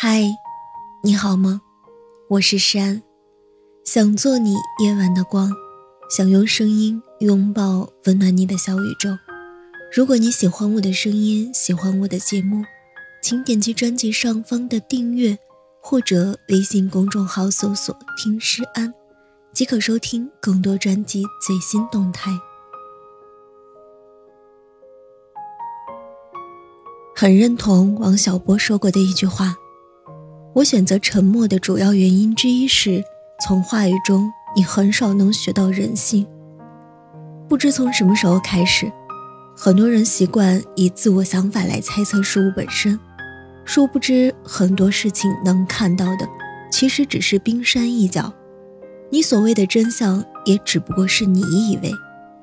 嗨，你好吗？我是山，想做你夜晚的光，想用声音拥抱温暖你的小宇宙。如果你喜欢我的声音，喜欢我的节目，请点击专辑上方的订阅，或者微信公众号搜索听诗安，即可收听更多专辑最新动态。很认同王小波说过的一句话，我选择沉默的主要原因之一是，从话语中你很少能学到人性。不知从什么时候开始，很多人习惯以自我想法来猜测事物本身，殊不知很多事情能看到的其实只是冰山一角，你所谓的真相也只不过是你以为。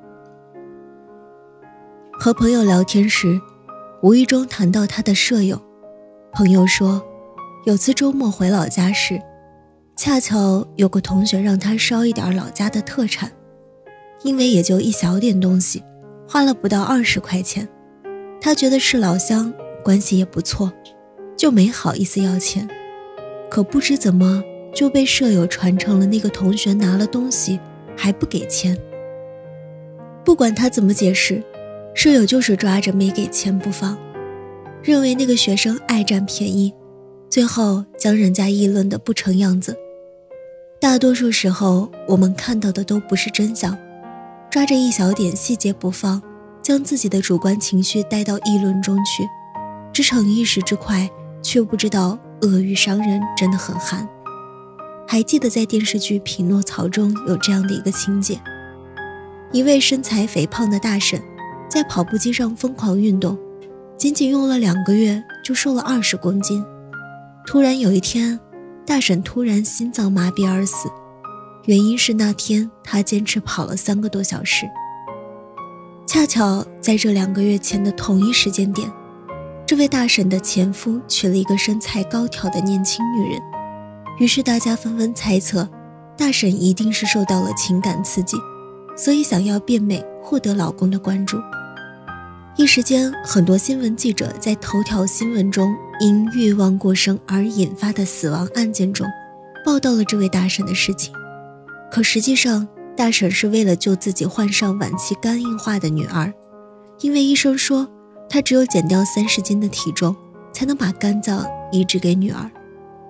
和朋友聊天时，无意中谈到他的舍友，朋友说有次周末回老家时，恰巧有个同学让他捎一点老家的特产，因为也就一小点东西，花了不到20块钱，他觉得是老乡，关系也不错，就没好意思要钱。可不知怎么就被舍友传成了那个同学拿了东西还不给钱。不管他怎么解释，舍友就是抓着没给钱不放，认为那个学生爱占便宜，最后将人家议论得不成样子。大多数时候我们看到的都不是真相，抓着一小点细节不放，将自己的主观情绪带到议论中去，只逞一时之快，却不知道恶语伤人真的很寒。还记得在电视剧《匹诺曹》中有这样的一个情节，一位身材肥胖的大婶在跑步机上疯狂运动，仅仅用了2个月就瘦了20公斤。突然有一天，大婶突然心脏麻痹而死，原因是那天她坚持跑了3个多小时。恰巧在这2个月前的同一时间点，这位大婶的前夫娶了一个身材高挑的年轻女人，于是大家纷纷猜测，大婶一定是受到了情感刺激，所以想要变美，获得老公的关注。一时间，很多新闻记者在头条新闻中因欲望过剩而引发的死亡案件中报道了这位大婶的事情。可实际上，大婶是为了救自己患上晚期肝硬化的女儿，因为医生说她只有减掉30斤的体重才能把肝脏移植给女儿。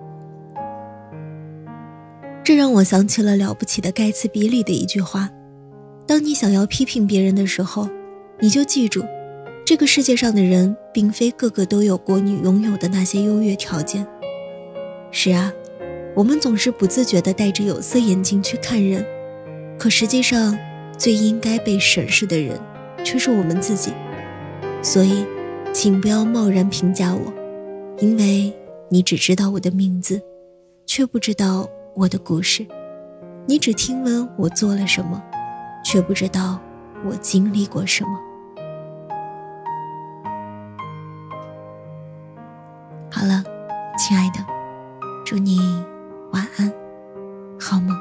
这让我想起了了不起的盖茨比里的一句话，当你想要批评别人的时候，你就记住，这个世界上的人并非个个都有过你拥有的那些优越条件。是啊，我们总是不自觉地戴着有色眼镜去看人，可实际上最应该被审视的人却是我们自己。所以请不要贸然评价我，因为你只知道我的名字，却不知道我的故事。你只听闻我做了什么，却不知道我经历过什么。好了，亲爱的，祝你晚安，好梦。